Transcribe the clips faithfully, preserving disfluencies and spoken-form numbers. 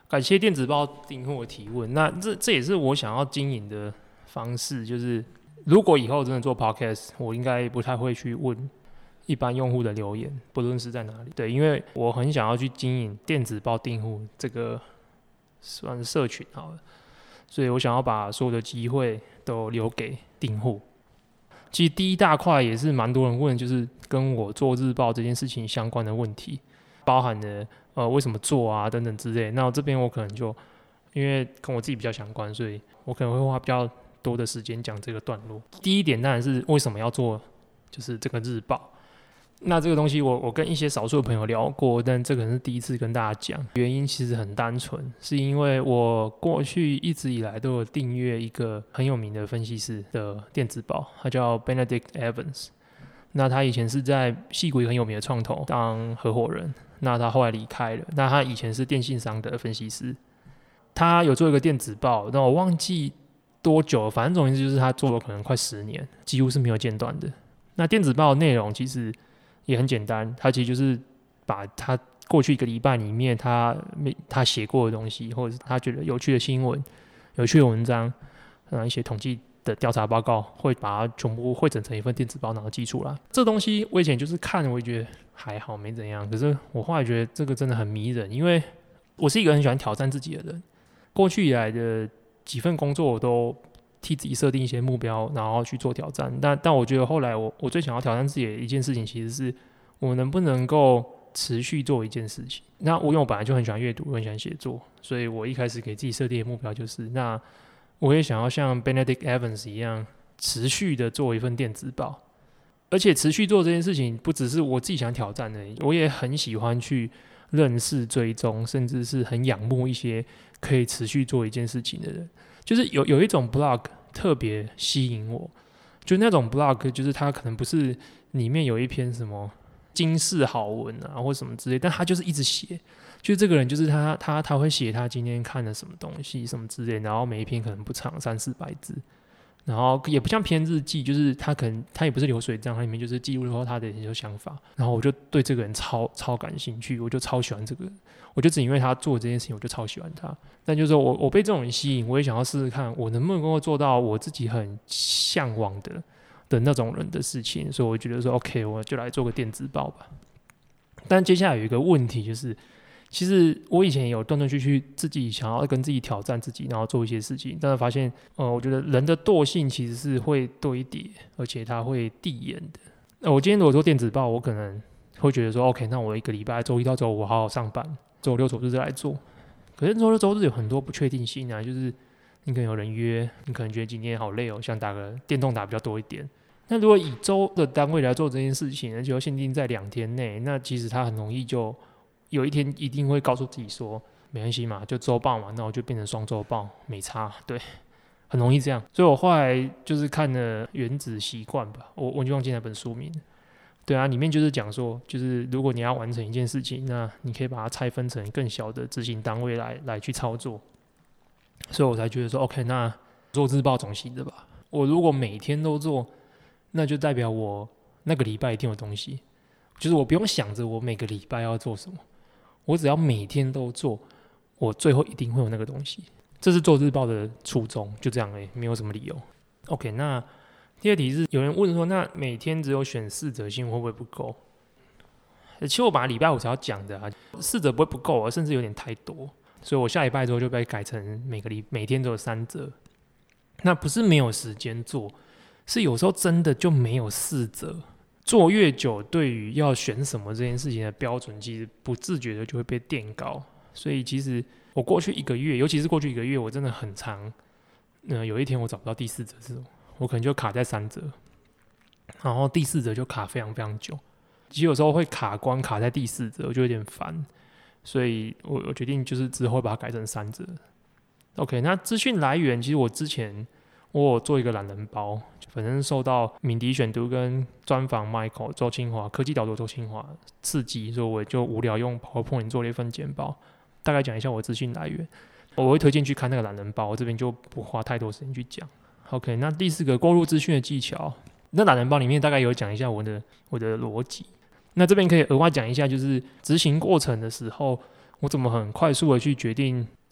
感谢电子报订户的提问。那这这也是我想要经营的方式，就是如果以后真的做 podcast， 我应该不太会去问一般用户的留言，不论是在哪里。对，因为我很想要去经营电子报订户这个算是社群好了，所以我想要把所有的机会都留给订户。其实第一大块也是蛮多人问，就是跟我做日报这件事情相关的问题，包含了呃为什么做啊等等之类的。那我这边我可能就因为跟我自己比较相关，所以我可能会花比较多的时间讲这个段落。第一点当然是为什么要做，就是这个日报。那这个东西我我跟一些少数的朋友聊过，但这可能是第一次跟大家讲。原因其实很单纯，是因为我过去一直以来都有订阅一个很有名的分析师的电子报，他叫 Benedict Evans。那他以前是在矽谷一个很有名的创投当合伙人，那他后来离开了。那他以前是电信商的分析师，他有做一个电子报，但我忘记多久了，反正总之就是他做了可能快十年，几乎是没有间断的。那电子报的内容其实也很简单，他其实就是把他过去一个礼拜里面他他写过的东西，或者是他觉得有趣的新闻、有趣的文章，呃，一些统计的调查报告，会把它全部汇整成一份电子报，然后寄出来。这东西我以前就是看，我也觉得还好，没怎样。可是我后来觉得这个真的很迷人，因为我是一个很喜欢挑战自己的人。过去以来的几份工作，我都替自己设定一些目标，然后去做挑战。但但我觉得后来我我最想要挑战自己的一件事情，其实是我能不能够持续做一件事情。那我因为我本来就很喜欢阅读，很喜欢写作，所以我一开始给自己设定的目标就是，那我也想要像 Benedict Evans 一样，持续的做一份电子报。而且持续做这件事情，不只是我自己想挑战而已，我也很喜欢去认识、追踪，甚至是很仰慕一些可以持续做一件事情的人。就是有有一种 blog 特别吸引我，就那种 blog 就是它可能不是里面有一篇什么惊世好文啊或什么之类，但他就是一直写，就是这个人就是他他他会写他今天看了什么东西什么之类，然后每一篇可能不长，三四百字，然后也不像篇日记，就是他可能他也不是流水账，他里面就是记录说他的一些想法，然后我就对这个人超超感兴趣，我就超喜欢这个人，我就只因为他做这件事情，我就超喜欢他。但就是说我我被这种人吸引，我也想要试试看，我能不能够做到我自己很向往的的那种人的事情，所以我觉得说 OK， 我就来做个电子报吧。但接下来有一个问题就是，其实我以前也有断断续续自己想要跟自己挑战自己，然后做一些事情，但是发现，呃，我觉得人的惰性其实是会堆叠，而且它会递延的。那我今天如果做电子报，我可能会觉得说 OK， 那我一个礼拜周一到周五我好好上班，周六周日再来做。可是周六周日有很多不确定性啊，就是你可能有人约，你可能觉得今天好累哦，想打个电动打比较多一点。那如果以周的单位来做这件事情，而且要限定在两天内，那其实它很容易就有一天一定会告诉自己说，没关系嘛，就周报嘛，那我就变成双周报，没差，对，很容易这样。所以我后来就是看了《原子习惯》吧，我我就忘记那本书名。对啊，里面就是讲说，就是如果你要完成一件事情，那你可以把它拆分成更小的执行单位来来去操作。所以我才觉得说 ，OK， 那做日报总行的吧？我如果每天都做，那就代表我那个礼拜一定有东西，就是我不用想着我每个礼拜要做什么，我只要每天都做，我最后一定会有那个东西。这是做日报的初衷，就这样而已，没有什么理由。OK， 那第二题是有人问说，那每天只有选四则新闻会不会不够？其实我本来礼拜五才要讲的啊，四则不会不够啊，甚至有点太多，所以我下礼拜之后就被改成每个礼每天都有三则。那不是没有时间做，是有时候真的就没有四则。做越久，对于要选什么这件事情的标准，其实不自觉的就会被垫高。所以其实我过去一个月，尤其是过去一个月，我真的很长。呃，有一天我找不到第四则这种，我可能就卡在三则，然后第四则就卡非常非常久。其实有时候会卡关，卡在第四则，我就有点烦。所以我我决定就是之后把它改成三则。OK， 那资讯来源，其实我之前我有做一个懒人包，反正受到敏迪选读跟专访 Michael 周清华科技导读周清华刺激，所以我就无聊用 PowerPoint 做了一份简报，大概讲一下我的资讯来源。我会推荐去看那个懒人包，我这边就不花太多时间去讲。OK， 那第四个过入资讯的技巧，那懒人包里面大概有讲一下我的我的逻辑。那这边可以额外讲一下，就是执行过程的时候，我怎么很快速的去决定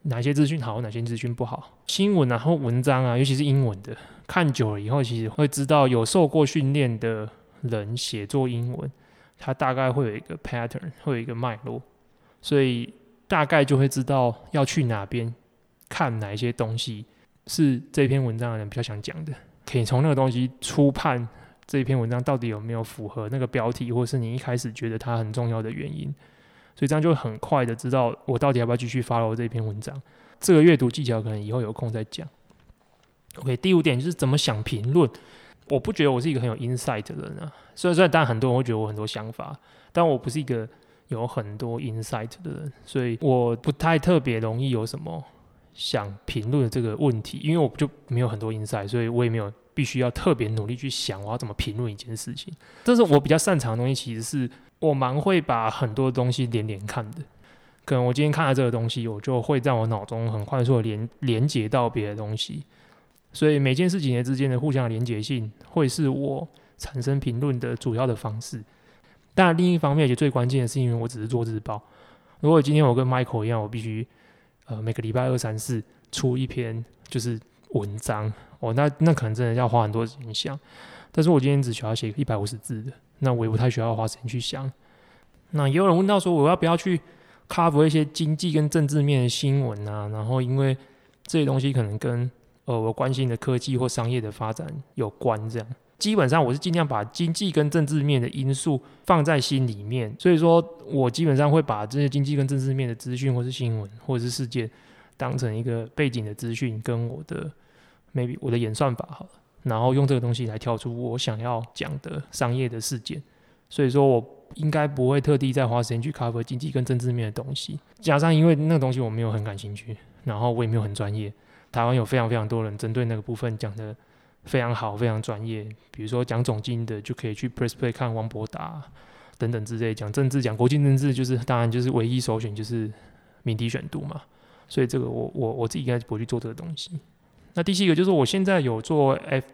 哪些资讯好，哪些资讯不好。新闻啊或文章啊，尤其是英文的，看久了以后，其实会知道有受过训练的人写作英文，他大概会有一个 pattern， 会有一个脉络，所以大概就会知道要去哪边看哪一些东西是这篇文章的人比较想讲的，可以从那个东西初判这一篇文章到底有没有符合那个标题，或是你一开始觉得它很重要的原因。所以这样就会很快的知道我到底要不要继续 follow 这篇文章。这个阅读技巧可能以后有空再讲。OK， 第五点就是怎么想评论。我不觉得我是一个很有 insight 的人啊，虽然虽然当然很多人会觉得我很多想法，但我不是一个有很多 insight 的人，所以我不太特别容易有什么想评论的这个问题，因为我就没有很多 insight， 所以我也没有必须要特别努力去想我要怎么评论一件事情。这是我比较擅长的东西，其实是我蛮会把很多东西连连看的。可能我今天看到这个东西，我就会在我脑中很快速的连连接到别的东西，所以每件事情之间的互相的连结性会是我产生评论的主要的方式。当然另一方面也最关键的是因为我只是做日报，如果今天我跟 Michael 一样，我必须呃每个礼拜二三四出一篇就是文章哦，那那可能真的要花很多时间想，但是我今天只需要写一百五十字的，那我也不太需要花时间去想。那也有人问到说我要不要去 cover 一些经济跟政治面的新闻啊，然后因为这些东西可能跟呃我关心的科技或商业的发展有关，这样基本上我是尽量把经济跟政治面的因素放在心里面，所以说我基本上会把这些经济跟政治面的资讯或是新闻或者是事件当成一个背景的资讯，跟我的 maybe 我的演算法好了，然后用这个东西来跳出我想要讲的商业的事件。所以说我应该不会特地再花时间去 cover 经济跟政治面的东西，加上因为那个东西我没有很感兴趣，然后我也没有很专业。台湾有非常非常多人针对那个部分讲的非常好，非常专业，比如说讲总经的就可以去 Press Play 看王博达等等之类，讲政治讲国际政治就是当然就是唯一首选就是命题选读嘛，所以这个我我我自己应该不会去做这个东西。那第七个就是我现在有做 F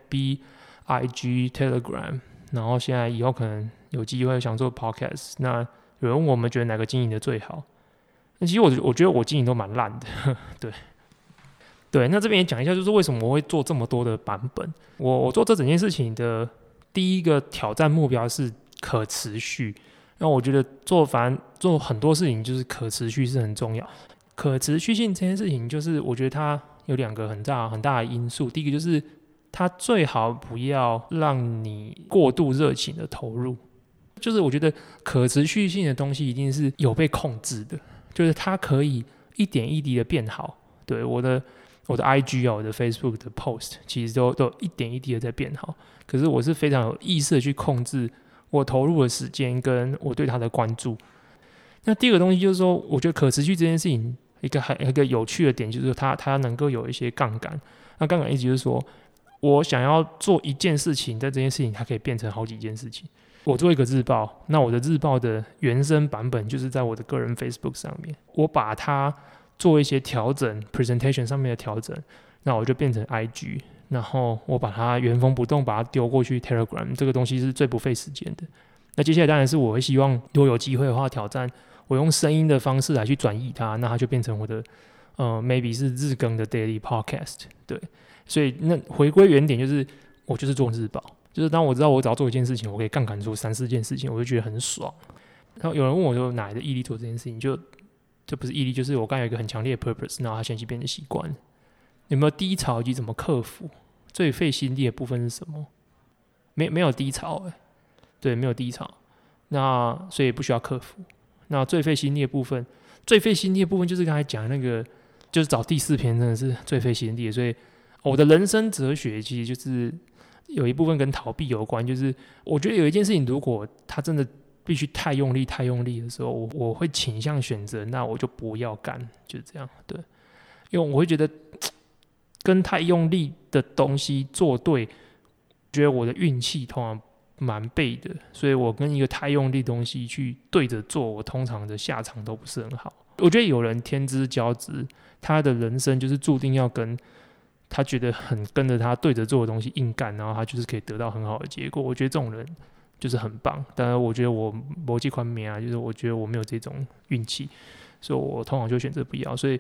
B、I G、Telegram， 然后现在以后可能有机会想做 Podcast。那有人问我们觉得哪个经营的最好？那其实我我觉得我经营都蛮烂的，对对。那这边也讲一下，就是为什么我会做这么多的版本。我我做这整件事情的第一个挑战目标是可持续。那我觉得做反正做很多事情就是可持续是很重要。可持续性这件事情，就是我觉得它有两个很大很大的因素。第一个就是它最好不要让你过度热情的投入，就是我觉得可持续性的东西一定是有被控制的，就是它可以一点一滴的变好。对，我的我的 I G 啊，我的 Facebook 的 post 其实都都有一点一滴的在变好，可是我是非常有意识的去控制我投入的时间跟我对它的关注。那第二个东西就是说，我觉得可持续这件事情一个还一个有趣的点就是它它能够有一些杠杆。那杠杆意思就是说，我想要做一件事情，但这件事情它可以变成好几件事情。我做一个日报，那我的日报的原生版本就是在我的个人 Facebook 上面，我把它做一些调整 presentation 上面的调整，那我就变成 I G， 然后我把它原封不动把它丢过去 Telegram， 这个东西是最不费时间的。那接下来当然是我会希望如果有机会的话挑战我用声音的方式来去转译它，那它就变成我的呃 maybe 是日更的 daily podcast。 对，所以那回归原点就是我就是做日报，就是当我知道我只要做一件事情我可以杠杆出三四件事情，我就觉得很爽。然后有人问我说哪来的毅力做这件事情，就这不是毅力，就是我刚才有一个很强烈的 purpose， 然后它现在就变成习惯。有没有低潮以及怎么克服？最费心力的部分是什么？没没有低潮哎、欸，对，没有低潮，那所以不需要克服。那最费心力的部分，最费心力的部分就是刚才讲的那个，就是找第四篇真的是最费心力的。所以我的人生哲学其实就是有一部分跟逃避有关，就是我觉得有一件事情，如果它真的必须太用力、太用力的时候，我我会倾向选择，那我就不要干，就是这样。对，因为我会觉得跟太用力的东西做对，觉得我的运气通常蛮背的，所以我跟一个太用力的东西去对着做，我通常的下场都不是很好。我觉得有人天之骄子，他的人生就是注定要跟他觉得很跟着他对着做的东西硬干，然后他就是可以得到很好的结果。我觉得这种人就是很棒，当然我觉得我没这款命啊，就是我觉得我没有这种运气，所以我通常就选择不要。所以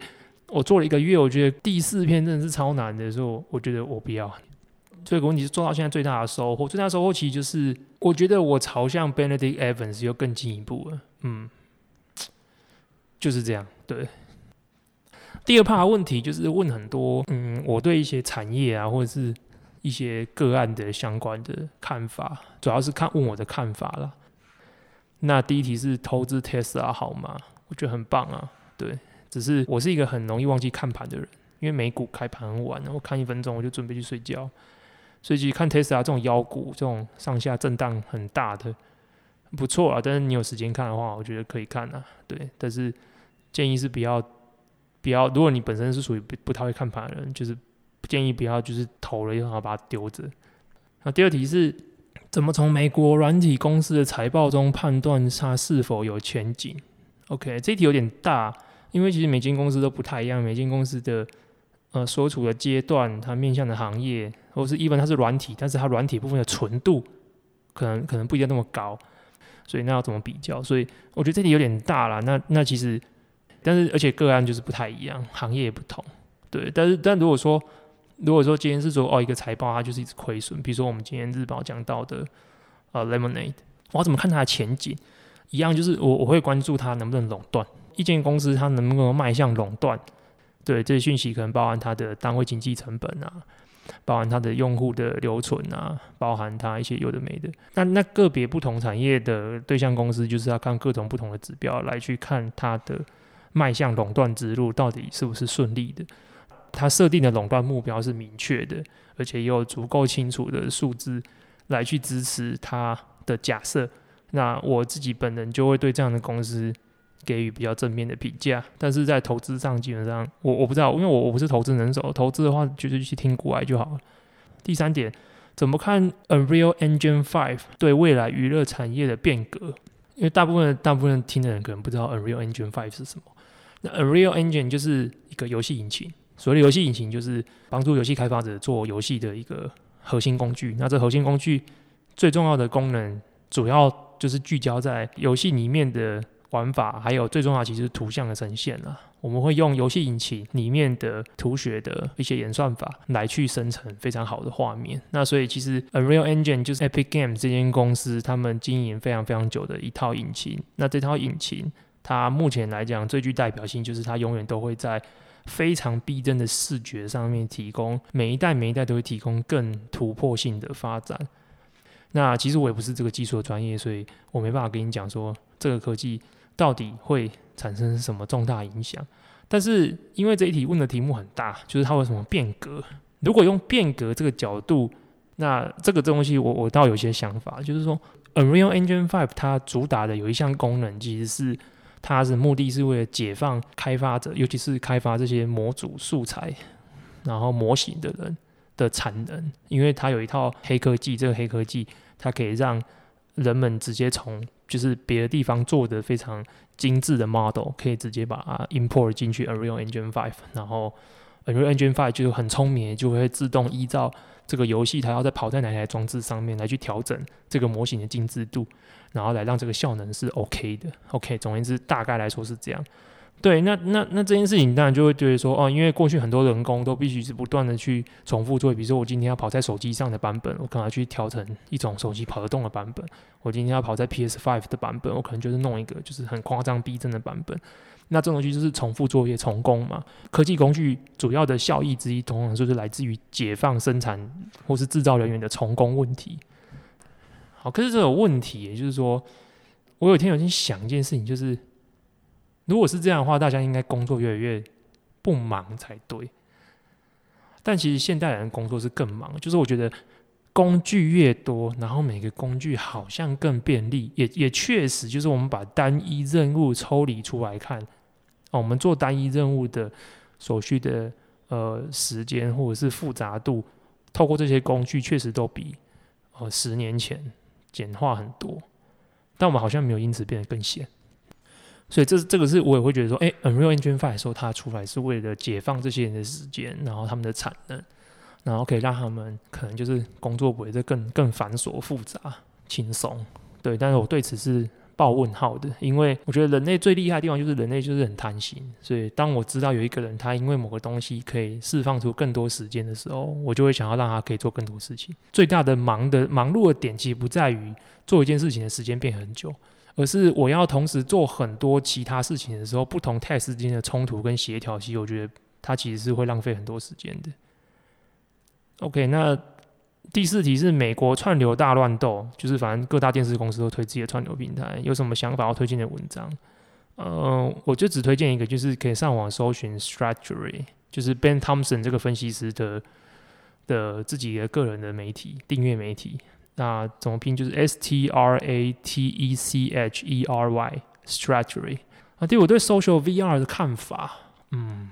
我做了一个月，我觉得第四篇真的是超难的，所以我觉得我不要。这个问题是做到现在最大的收获，最大的收获其实就是我觉得我朝向 Benedict Evans 又更进一步了，嗯，就是这样。对，第二 part 的问题就是问很多，嗯，我对一些产业啊，或者是一些个案的相关的看法，主要是看问我的看法啦。那第一题是投资 Tesla 好吗？我觉得很棒啊，对，只是我是一个很容易忘记看盘的人，因为美股开盘很晚，我看一分钟我就准备去睡觉。所以其实看 Tesla 这种妖股，这种上下震荡很大的，不错啊。但是你有时间看的话，我觉得可以看啊。对，但是建议是不要不要，如果你本身是属于 不, 不太会看盘的人，就是建议不要就是投了然后把它丢着。那第二题是怎么从美国软体公司的财报中判断它是否有前景 ？OK， 这一题有点大，因为其实每间公司都不太一样，每间公司的呃所处的阶段，它面向的行业。或是 even 它是软体，但是它软体部分的纯度可能可能不一定那么高，所以那要怎么比较？所以我觉得这里有点大啦。那那其实，但是而且个案就是不太一样，行业也不同，对。但是但如果说如果说今天是说哦一个财报它就是一直亏损，比如说我们今天日报讲到的呃 Lemonade， 我要怎么看它的前景？一样就是我我会关注它能不能垄断，一间公司它能不能迈向垄断，对这些讯息可能包含它的单位经济成本啊。包含它的用户的留存啊，包含它一些有的没的。那那个别不同产业的对象公司，就是要看各种不同的指标来去看它的迈向垄断之路到底是不是顺利的。它设定的垄断目标是明确的，而且也有足够清楚的数字来去支持它的假设。那我自己本人就会对这样的公司给予比较正面的评价，但是在投资上基本上我我不知道，因为我我不是投资人手，投资的话就是去听股癌就好了。第三点，怎么看 Unreal Engine 五对未来娱乐产业的变革？因为大部分大部分听的人可能不知道 Unreal Engine 五是什么。那 Unreal Engine 就是一个游戏引擎，所谓的游戏引擎就是帮助游戏开发者做游戏的一个核心工具。那这核心工具最重要的功能，主要就是聚焦在游戏里面的玩法，还有最重要其实是图像的呈现啦。我们会用游戏引擎里面的图学的一些演算法来去生成非常好的画面。那所以其实 Unreal Engine 就是 Epic Games 这间公司他们经营非常非常久的一套引擎。那这套引擎它目前来讲最具代表性就是它永远都会在非常逼真的视觉上面提供，每一代每一代都会提供更突破性的发展。那其实我也不是这个技术的专业，所以我没办法跟你讲说这个科技到底会产生什么重大影响。但是因为这一题问的题目很大，就是它有什么变革，如果用变革这个角度，那这个东西 我, 我倒有些想法，就是说 Unreal Engine 五它主打的有一项功能，其实是它的目的是为了解放开发者，尤其是开发这些模组素材然后模型的人的产能，因为它有一套黑科技，这个黑科技它可以让人们直接从就是别的地方做的非常精致的 model， 可以直接把它 import 进去 Unreal Engine 五，然后 Unreal Engine 五就很聪明，就会自动依照这个游戏它要在跑在哪台装置上面来去调整这个模型的精致度，然后来让这个效能是 OK 的。OK， 总而言之，大概来说是这样。对，那那那这件事情当然就会觉得说，哦，因为过去很多人工都必须是不断的去重复做，比如说我今天要跑在手机上的版本，我可能要去调成一种手机跑得动的版本；我今天要跑在 P S 五 的版本，我可能就是弄一个就是很夸张逼真的版本。那这种东西就是重复作业、重工嘛。科技工具主要的效益之一，通常就是来自于解放生产或是制造人员的重工问题。好，可是这有问题，也就是说，我有一天有天想一件事情，就是。如果是这样的话，大家应该工作越来越不忙才对。但其实现代人工作是更忙，就是我觉得工具越多，然后每个工具好像更便利，也也确实就是我们把单一任务抽离出来看，哦、我们做单一任务的所需的呃时间或者是复杂度，透过这些工具确实都比呃十年前简化很多，但我们好像没有因此变得更闲。所以这这个是我也会觉得说，哎 ，Unreal Engine 五的时候它出来是为了解放这些人的时间，然后他们的产能，然后可以让他们可能就是工作不会再更更繁琐、复杂、轻松。对，但是我对此是报问号的，因为我觉得人类最厉害的地方就是人类就是很贪心，所以当我知道有一个人他因为某个东西可以释放出更多时间的时候，我就会想要让他可以做更多事情。最大的忙的忙碌的点其实不在于做一件事情的时间变很久，而是我要同时做很多其他事情的时候，不同 task 之间的冲突跟协调，其实我觉得它其实是会浪费很多时间的。OK， 那第四题是美国串流大乱斗，就是反正各大电视公司都推自己的串流平台，有什么想法要推荐的文章？呃，我就只推荐一个，就是可以上网搜寻 Strategy， 就是 Ben Thompson 这个分析师的的自己的个人的媒体订阅媒体。那怎么拼？就是 S T R A T E C H E R Y Strategy。啊，第五，对 Social V R 的看法，嗯。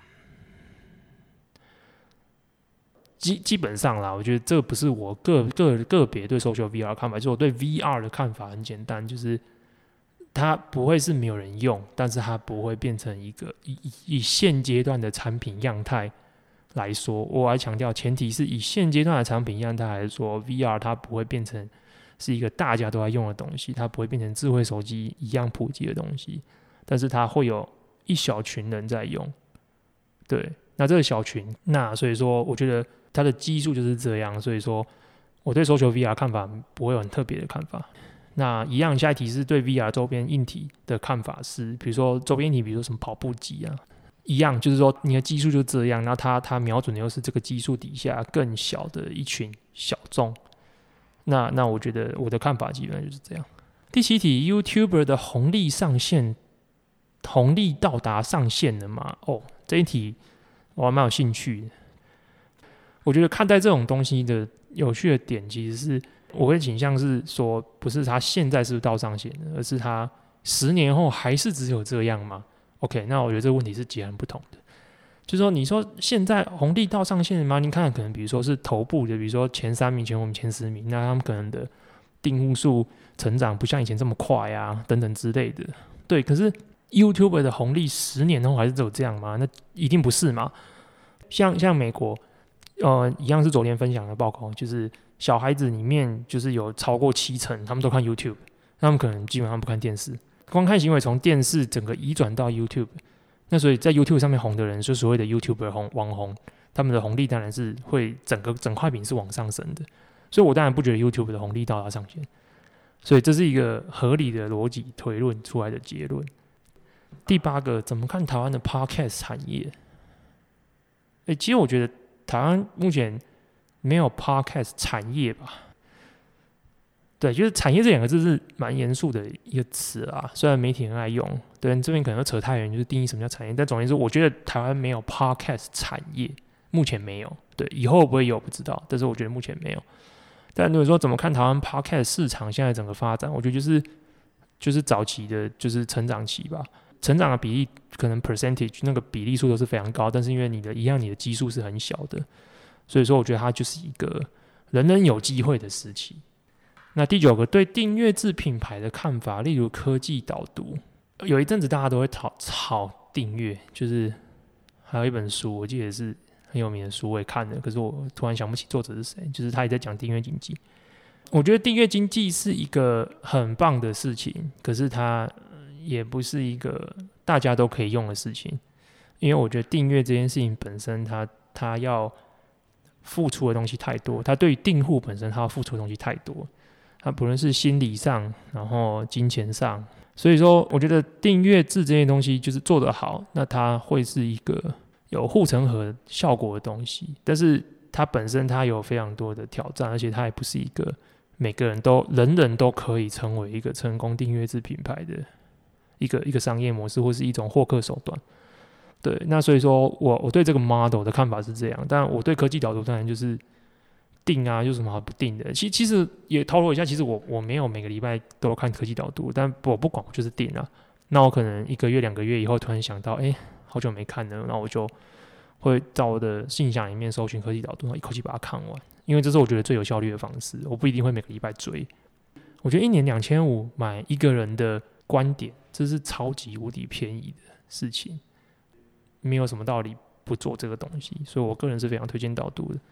基基本上啦，我觉得这不是我个个个别对 social V R 的看法，就是我对 V R 的看法很简单，就是它不会是没有人用，但是它不会变成一个 以, 以现阶段的产品样态来说，我还强调前提是以现阶段的产品样态来说 ，V R 它不会变成是一个大家都在用的东西，它不会变成智慧手机一样普及的东西，但是它会有一小群人在用，对，那这个小群，那所以说我觉得它的基数就是这样，所以说我对 social V R 看法不会有很特别的看法。那一样，下一题是对 V R 周边硬体的看法是，比如说周边硬体，比如说什么跑步机啊，一样就是说你的基数就这样，那它它瞄准的又是这个基数底下更小的一群小众。那那我觉得我的看法基本上就是这样。第七题 ，YouTuber 的红利上限，红利到达上限了吗？哦，这一题我还蛮有兴趣的。我觉得看待这种东西的有趣的点，其实是我会倾向是说，不是它现在是不是到上限的，而是它十年后还是只有这样吗 ？OK， 那我觉得这个问题是截然不同的。就是说，你说现在红利到上限了吗？你看，可能比如说是头部的，比如说前三名、前五名、前十名，那他们可能的订户数成长不像以前这么快啊，等等之类的。对，可是 YouTuber 的红利十年后还是只有这样吗？那一定不是嘛。像像美国。呃，一样是昨天分享的报告，就是小孩子里面就是有超过七成，他们都看 YouTube， 他们可能基本上不看电视，观看行为从电视整个移转到 YouTube， 那所以在 YouTube 上面红的人，就所谓的 YouTuber 红网红，他们的红利当然是会整个整块饼是往上升的，所以我当然不觉得 YouTube 的红利到达上限，所以这是一个合理的逻辑推论出来的结论。第八个，怎么看台湾的 Podcast 产业？哎、欸，其实我觉得。台湾目前没有 podcast 产业吧？对，就是产业这两个字是蛮严肃的一个词啦。虽然媒体很爱用，对这边可能扯太远，就是定义什么叫产业。但总而言之，我觉得台湾没有 podcast 产业，目前没有。对，以后会不会有不知道，但是我觉得目前没有。但如果说怎么看台湾 podcast 市场现在整个发展，我觉得就是就是早期的，就是成长期吧。成长的比例可能 percentage 那个比例数都是非常高，但是因为你的一样你的基数是很小的，所以说我觉得它就是一个人人有机会的时期。那第九个，对订阅制品牌的看法，例如科技导读，有一阵子大家都会炒炒订阅，就是还有一本书，我记得是很有名的书，我也看了，可是我突然想不起作者是谁，就是他也在讲订阅经济。我觉得订阅经济是一个很棒的事情，可是它也不是一个大家都可以用的事情，因为我觉得订阅这件事情本身它，它它要付出的东西太多，它对于订户本身它要付出的东西太多，它不论是心理上，然后金钱上，所以说我觉得订阅制这些东西就是做得好，那它会是一个有护城河效果的东西，但是它本身它有非常多的挑战，而且它也不是一个每个人都人人都可以成为一个成功订阅制品牌的一个一个商业模式，或是一种获客手段。对，那所以说我我对这个 model 的看法是这样，但我对科技导读当然就是定啊，有什么好不定的？其其实也透露一下，其实我我没有每个礼拜都有看科技导读，但我不管，我就是定啊。那我可能一个月两个月以后突然想到，哎、欸，好久没看了，那我就会在我的信箱里面搜寻科技导读，然后一口气把它看完，因为这是我觉得最有效率的方式。我不一定会每个礼拜追，我觉得一年两千五买一个人的观点，这是超级无敌便宜的事情，没有什么道理不做这个东西，所以我个人是非常推荐导读的。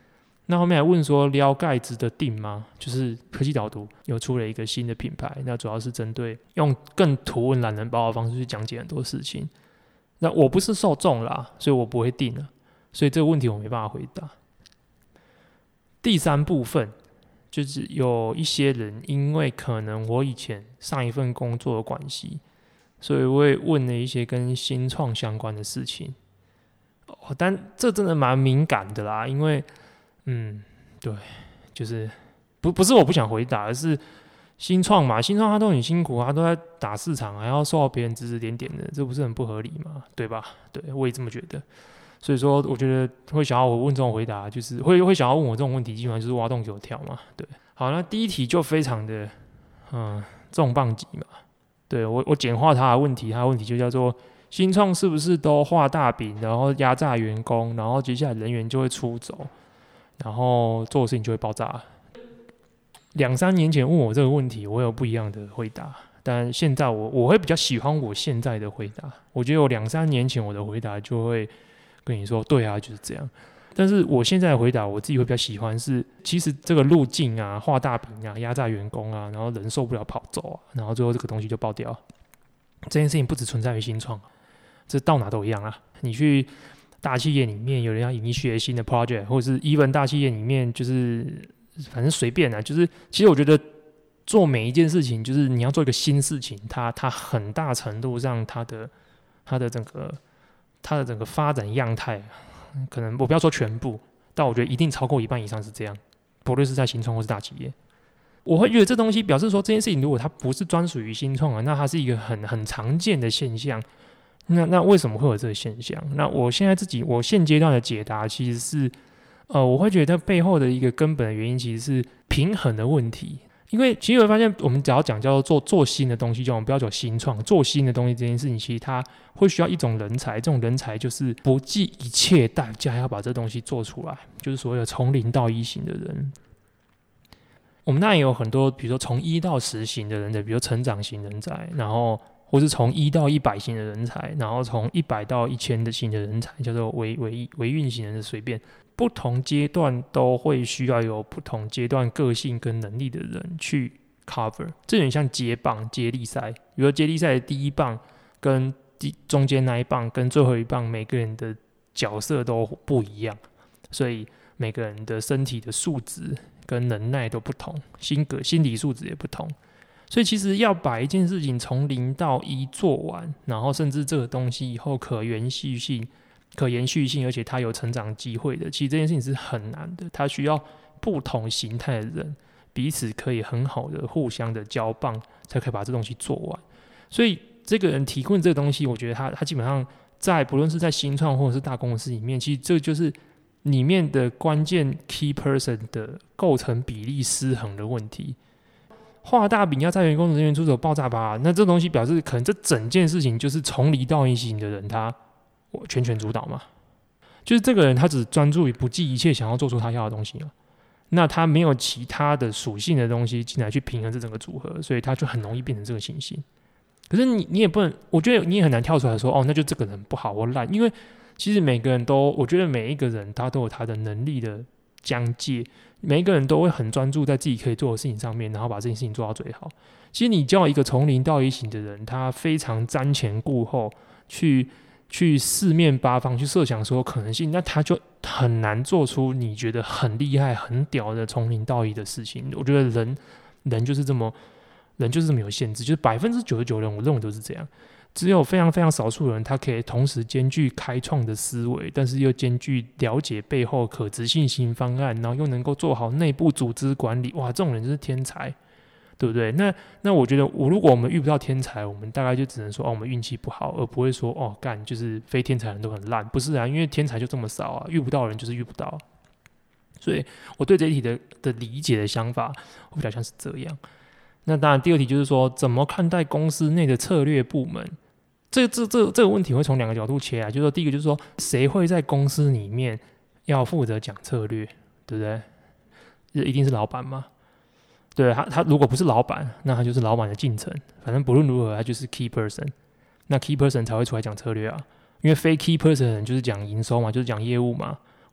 那后面还问说撩盖值得定吗？就是科技导读有出了一个新的品牌，那主要是针对用更图文懒人包的方式去讲解很多事情。那我不是受众啦，所以我不会定了，所以这个问题我没办法回答。第三部分就是有一些人因为可能我以前上一份工作的关系，所以我也问了一些跟新创相关的事情。哦，但这真的蛮敏感的啦，因为嗯，对，就是不不是我不想回答，而是新创嘛，新创他都很辛苦，他都在打市场，还要受到别人指指点点的，这不是很不合理吗？对吧？对，我也这么觉得。所以说，我觉得会想要我问这种回答，就是会会想要问我这种问题，基本上就是挖洞给我跳嘛。对，好，那第一题就非常的嗯重磅级嘛。对我我简化他的问题，他的问题就叫做新创是不是都画大饼，然后压榨员工，然后接下来人员就会出走，然后做的事情就会爆炸。两三年前问我这个问题，我有不一样的回答，但现在我我会比较喜欢我现在的回答。我觉得我两三年前我的回答就会跟你说，对啊，就是这样。但是我现在的回答，我自己会比较喜欢是，其实这个路径啊，画大饼啊，压榨员工啊，然后人受不了跑走啊，然后最后这个东西就爆掉。这件事情不只存在于新创，这到哪都一样啊。你去大企业里面，有人要引学新的 project， 或者是 even 大企业里面，就是反正随便啊，就是其实我觉得做每一件事情，就是你要做一个新事情，它它很大程度上它的它的整个它的整个发展样态，可能我不要说全部，但我觉得一定超过一半以上是这样，不论是在新创或是大企业。我会觉得这东西表示说，这件事情如果它不是专属于新创啊，那它是一个很很常见的现象。那那为什么会有这个现象？那我现在自己我现阶段的解答其实是，呃，我会觉得背后的一个根本的原因其实是平衡的问题。因为其实我会发现，我们只要讲叫做做做新的东西，就我们不要讲新创，做新的东西这件事情，其实它会需要一种人才，这种人才就是不计一切代价要把这东西做出来，就是所谓的从零到一型的人。我们那也有很多，比如说从一到十型的人才，比如成长型人才，然后或是从一到一百型的人才，然后从一百到一千的型的人才，叫做维维维运型人的随便。不同阶段都会需要有不同阶段个性跟能力的人去 cover， 这有点像接棒接力赛，比如说接力赛的第一棒跟第中间那一棒跟最后一棒，每个人的角色都不一样，所以每个人的身体的素质跟能耐都不同，心格心理素质也不同，所以其实要把一件事情从零到一做完，然后甚至这个东西以后可延续性可延续性，而且它有成长机会的，其实这件事情是很难的，它需要不同形态的人彼此可以很好的互相的交棒，才可以把这东西做完。所以这个人提问这个东西，我觉得他他基本上在不论是在新创或者是大公司里面，其实这就是里面的关键 key person 的构成比例失衡的问题。画大饼要在员工人员出手爆炸吧，那这东西表示可能这整件事情就是从零到一型的人他全权主导嘛，就是这个人他只专注于不计一切想要做出他要的东西嘛，那他没有其他的属性的东西进来去平衡这整个组合，所以他就很容易变成这个情形。可是你你也不能，我觉得你也很难跳出来说哦，那就这个人不好或烂，因为其实每个人都，我觉得每一个人他都有他的能力的疆界，每一个人都会很专注在自己可以做的事情上面，然后把这件事情做到最好。其实你叫一个从零到一型的人，他非常瞻前顾后去。去四面八方去设想所有可能性，那他就很难做出你觉得很厉害、很屌的从零到一的事情。我觉得人人就是这么人就是这么有限制，就是百分之九十九人，我认为都是这样。只有非常非常少数人，他可以同时兼具开创的思维，但是又兼具了解背后可执行型方案，然后又能够做好内部组织管理。哇，这种人就是天才。对不对？那那我觉得，我如果我们遇不到天才，我们大概就只能说哦，我们运气不好，而不会说哦，干就是非天才人都很烂，不是啊？因为天才就这么少啊，遇不到的人就是遇不到。所以我对这一题的的理解的想法，我比较像是这样。那当然，第二题就是说，怎么看待公司内的策略部门？这这这这个问题会从两个角度切来，就是说，第一个就是说，谁会在公司里面要负责讲策略，对不对？一定是老板嘛？对他，他如果不是老板，那他就是老板的近程。反正不论如何，他就是 key person。那 key person 才会出来讲策略啊，因为非 key person 的人就是讲营收嘛，就是讲业务嘛，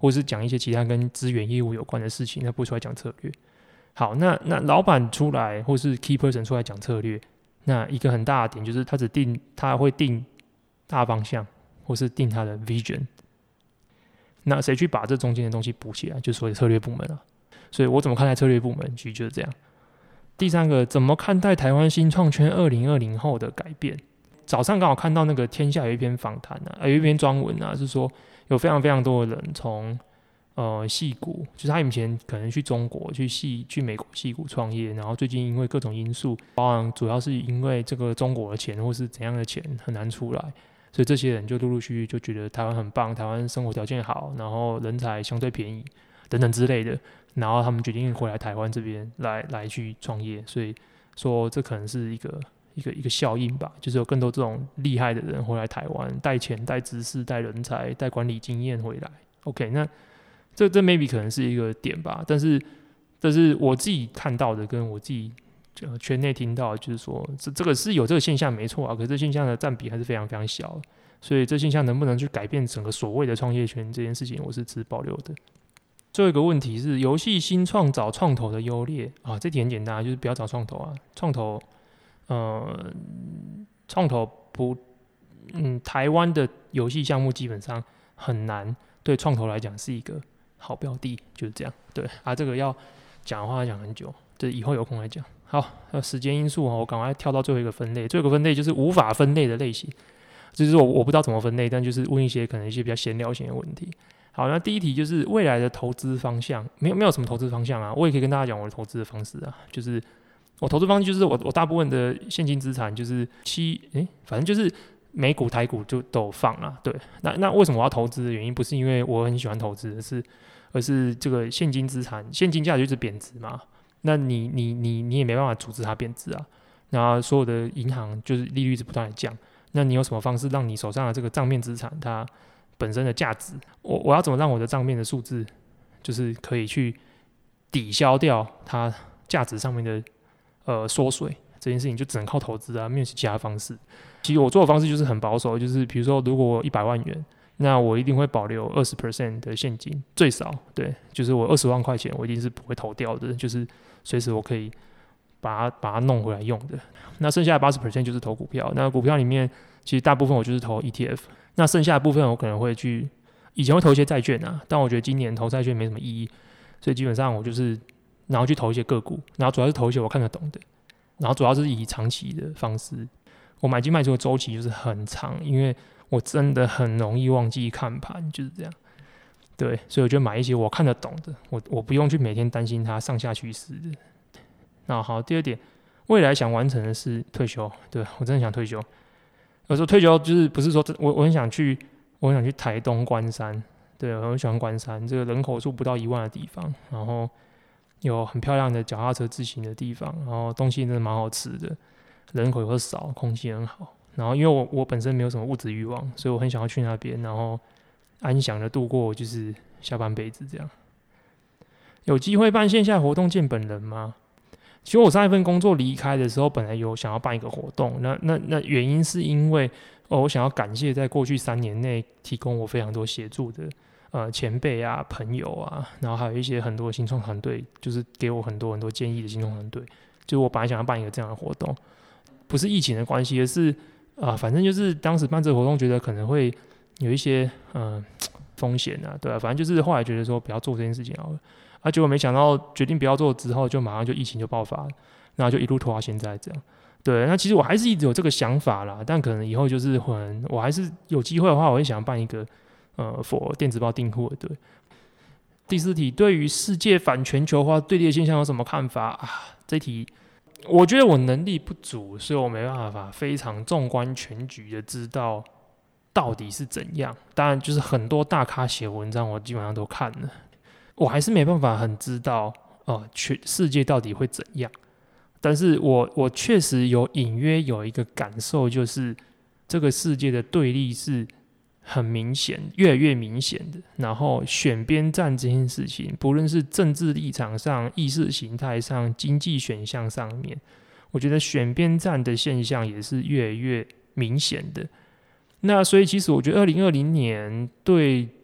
或是讲一些其他跟资源业务有关的事情，他不会出来讲策略。好，那那老板出来或是 key person 出来讲策略，那一个很大的点就是他只定他会定大方向，或是定他的 vision。那谁去把这中间的东西补起来，就是所谓的策略部门啊。所以我怎么看待策略部门，其实就是这样。第三个，怎么看待台湾新创圈二零二零后的改变？早上刚好看到那个天下有一篇访谈啊，有一篇专文啊，是说有非常非常多的人从呃矽谷，就是他以前可能去中国、去矽、去美国矽谷创业，然后最近因为各种因素，包含主要是因为这个中国的钱或是怎样的钱很难出来，所以这些人就陆陆续续就觉得台湾很棒，台湾生活条件好，然后人才相对便宜等等之类的，然后他们决定回来台湾这边来来去创业，所以说这可能是一个一个一个效应吧，就是有更多这种厉害的人回来台湾，带钱、带知识、带人才、带管理经验回来。OK， 那这这 maybe 可能是一个点吧，但是但是我自己看到的跟我自己圈内听到的就是说，这这个是有这个现象没错啊，可是这现象的占比还是非常非常小的，所以这现象能不能去改变整个所谓的创业圈这件事情，我是持保留的。最后一个问题是，游戏新创找创投的优劣啊，这题很简单，就是不要找创投啊，创投，呃，创投不，嗯，台湾的游戏项目基本上很难对创投来讲是一个好标的，就是这样。对啊，这个要讲的话要讲很久，这以后有空来讲。好，时间因素我赶快跳到最后一个分类，最后一个分类就是无法分类的类型，就是我我不知道怎么分类，但就是问一些可能一些比较闲聊型的问题。好，那第一题就是未来的投资方向，没有没有什么投资方向啊，我也可以跟大家讲我的投资的方式啊，就是我投资方式就是我我大部分的现金资产就是七诶，反正就是美股台股就都有放啦，对，那那为什么我要投资的原因不是因为我很喜欢投资，而是而是这个现金资产现金价值一直贬值嘛，那你你你你也没办法阻止它贬值啊，那所有的银行就是利率一直不断的降，那你有什么方式让你手上的这个账面资产它本身的价值，我我要怎么让我的账面的数字，就是可以去抵消掉它价值上面的呃缩水，这件事情就只能靠投资啊，没有其他方式。其实我做的方式就是很保守，就是比如说如果我一百万元，那我一定会保留二十 percent 的现金，最少对，就是我二十万块钱我一定是不会投掉的，就是随时我可以把它把它弄回来用的。那剩下的八十 percent 就是投股票，那股票里面其实大部分我就是投 E T F。那剩下的部分我可能会去，以前会投一些债券啊，但我觉得今年投债券没什么意义，所以基本上我就是然后去投一些个股，然后主要是投一些我看得懂的，然后主要是以长期的方式，我买进卖出的周期就是很长，因为我真的很容易忘记看盘，就是这样。对，所以我就买一些我看得懂的，我我不用去每天担心它上下趋势的。那好，第二点，未来想完成的是退休，对我真的想退休。有时候退休就是不是说我我很想去，我很想去台东关山，对，我很喜欢关山，这个人口数不到一万的地方，然后有很漂亮的脚踏车自行的地方，然后东西真的蛮好吃的，人口又少，空气很好，然后因为我我本身没有什么物质欲望，所以我很想要去那边，然后安详的度过就是下半辈子这样。有机会办线下活动见本人吗？其实我上一份工作离开的时候，本来有想要办一个活动，那那那原因是因为、哦、我想要感谢在过去三年内提供我非常多协助的呃前辈啊、朋友啊，然后还有一些很多新创团队，就是给我很多很多建议的新创团队。就是我本来想要办一个这样的活动，不是疫情的关系，而是啊、呃，反正就是当时办这个活动，觉得可能会有一些嗯、呃、风险啊，对啊，反正就是后来觉得说不要做这件事情好了。啊，结果没想到决定不要做之后，就马上就疫情就爆发了，然后就一路拖到现在这样。对，那其实我还是一直有这个想法啦，但可能以后就是很，我还是有机会的话，我会想办一个呃 for 电子报订户的。对，第四题，对于世界反全球化对立现象有什么看法啊？这题我觉得我能力不足，所以我没办法非常纵观全局的知道到底是怎样。当然，就是很多大咖写文章，我基本上都看了。我还是没办法很知道，呃，全世界到底会怎样。但是我我确实有隐约有一个感受，就是这个世界的对立是很明显，越来越明显的。然后选边站这件事情，不论是政治立场上、意识形态上、经济选项上面，我觉得选边站的现象也是越来越明显的。那所以其实我觉得二零二零年对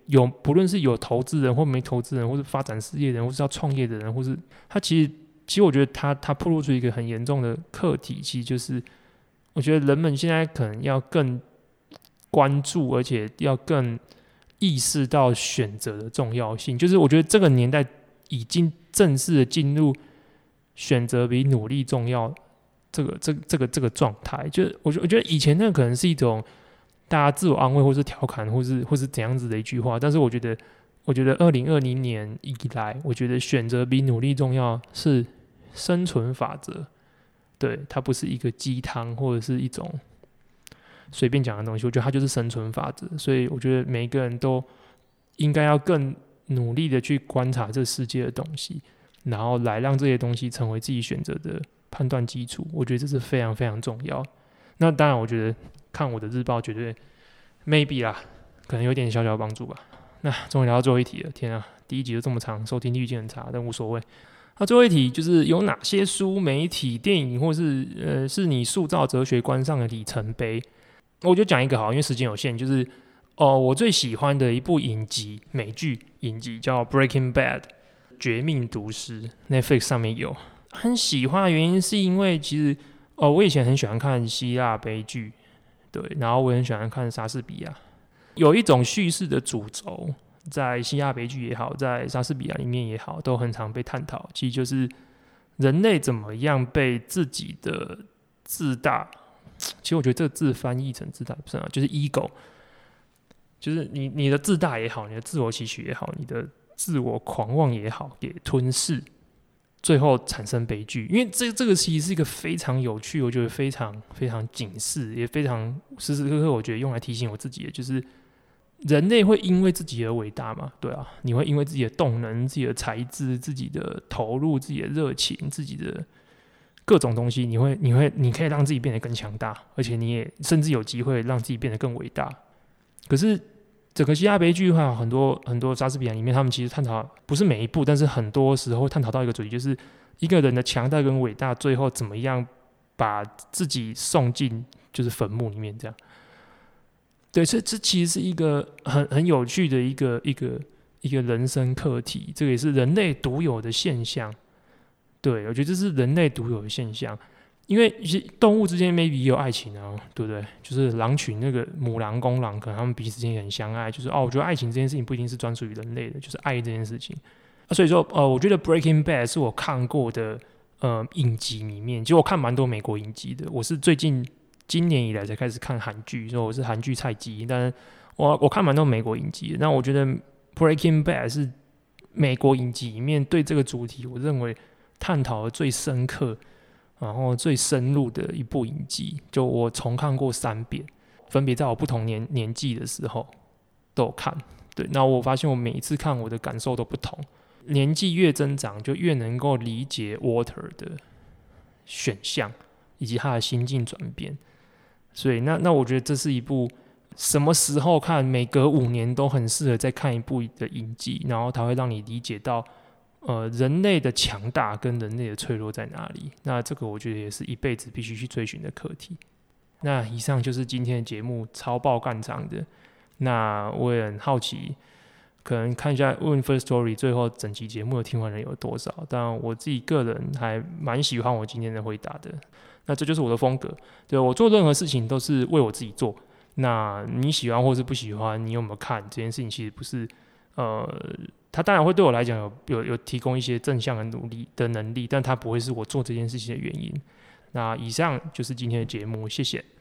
有不论是有投资人或没投资人，或是发展事业的人，或是要创业的人，或是他其实其实我觉得他他暴露出一个很严重的课题，其实就是我觉得人们现在可能要更关注，而且要更意识到选择的重要性。就是我觉得这个年代已经正式的进入选择比努力重要这个这个这个这个状态。就是我觉得以前那个可能是一种大家自我安慰，或是调侃，或是或是怎样子的一句话。但是我觉得，我觉得二零二零年以来，我觉得选择比努力重要是生存法则。对，它不是一个鸡汤或者是一种随便讲的东西，我觉得它就是生存法则。所以我觉得每一个人都应该要更努力的去观察这世界的东西，然后来让这些东西成为自己选择的判断基础。我觉得这是非常非常重要。那当然，我觉得看我的日报绝对 maybe 啦，可能有点小小的帮助吧。那终于聊到最后一题了，天啊，第一集就这么长，收听率已经很差，但无所谓。那最后一题就是有哪些书、媒体、电影，或是呃是你塑造哲学观上的里程碑？我就讲一个好，因为时间有限，就是哦、呃，我最喜欢的一部影集，美剧影集叫《Breaking Bad》，绝命毒师 ，Netflix 上面有。很喜欢的原因是因为其实哦，我以前很喜欢看希腊悲剧，对，然后我很喜欢看莎士比亚。有一种叙事的主轴，在希腊悲剧也好，在莎士比亚里面也好，都很常被探讨。其实就是人类怎么样被自己的自大，其实我觉得这个字翻译成自大不是啊，就是 ego， 就是你你的自大也好，你的自我期许也好，你的自我狂妄也好，给吞噬。最后产生悲剧，因为这这个其实是一个非常有趣，我觉得非常非常警示，也非常时时刻刻我觉得用来提醒我自己的，就是人类会因为自己而伟大嘛？对啊，你会因为自己的动能、自己的才智、自己的投入、自己的热情、自己的各种东西，你会你会你可以让自己变得更强大，而且你也甚至有机会让自己变得更伟大。可是整个希腊悲剧的话，很多很多莎士比亚里面，他们其实探讨不是每一部，但是很多时候探讨到一个主题，就是一个人的强大跟伟大，最后怎么样把自己送进就是坟墓里面，这样。对，这这其实是一个很很有趣的一个一个一个人生课题，这个也是人类独有的现象。对，我觉得这是人类独有的现象。因为动物之间 maybe 也有爱情啊，对不对？就是狼群那个母狼、公狼，可能他们彼此之间也很相爱。就是哦，我觉得爱情这件事情不一定是专属于人类的，就是爱这件事情。啊、所以说，呃，我觉得《Breaking Bad》是我看过的呃影集里面，其实我看蛮多美国影集的。我是最近今年以来才开始看韩剧，所以我是韩剧菜鸡。但我我看蛮多美国影集的。那我觉得《Breaking Bad》是美国影集里面对这个主题，我认为探讨的最深刻。然后最深入的一部影集，就我重看过三遍，分别在我不同 年, 年纪的时候都有看。对，那我发现我每一次看我的感受都不同，年纪越增长，就越能够理解 Walter 的选项以及他的心境转变。所以那那我觉得这是一部什么时候看，每隔五年都很适合再看一部的影集，然后它会让你理解到。呃，人类的强大跟人类的脆弱在哪里？那这个我觉得也是一辈子必须去追寻的课题。那以上就是今天的节目，超爆干长的。那我也很好奇，可能看一下问 First Story 最后整期节目的听完人有多少？但我自己个人还蛮喜欢我今天的回答的。那这就是我的风格，对，我做任何事情都是为我自己做。那你喜欢或是不喜欢，你有没有看这件事情，其实不是呃。它当然会对我来讲有有有提供一些正向的努力的能力，但它不会是我做这件事情的原因。那以上就是今天的节目，谢谢。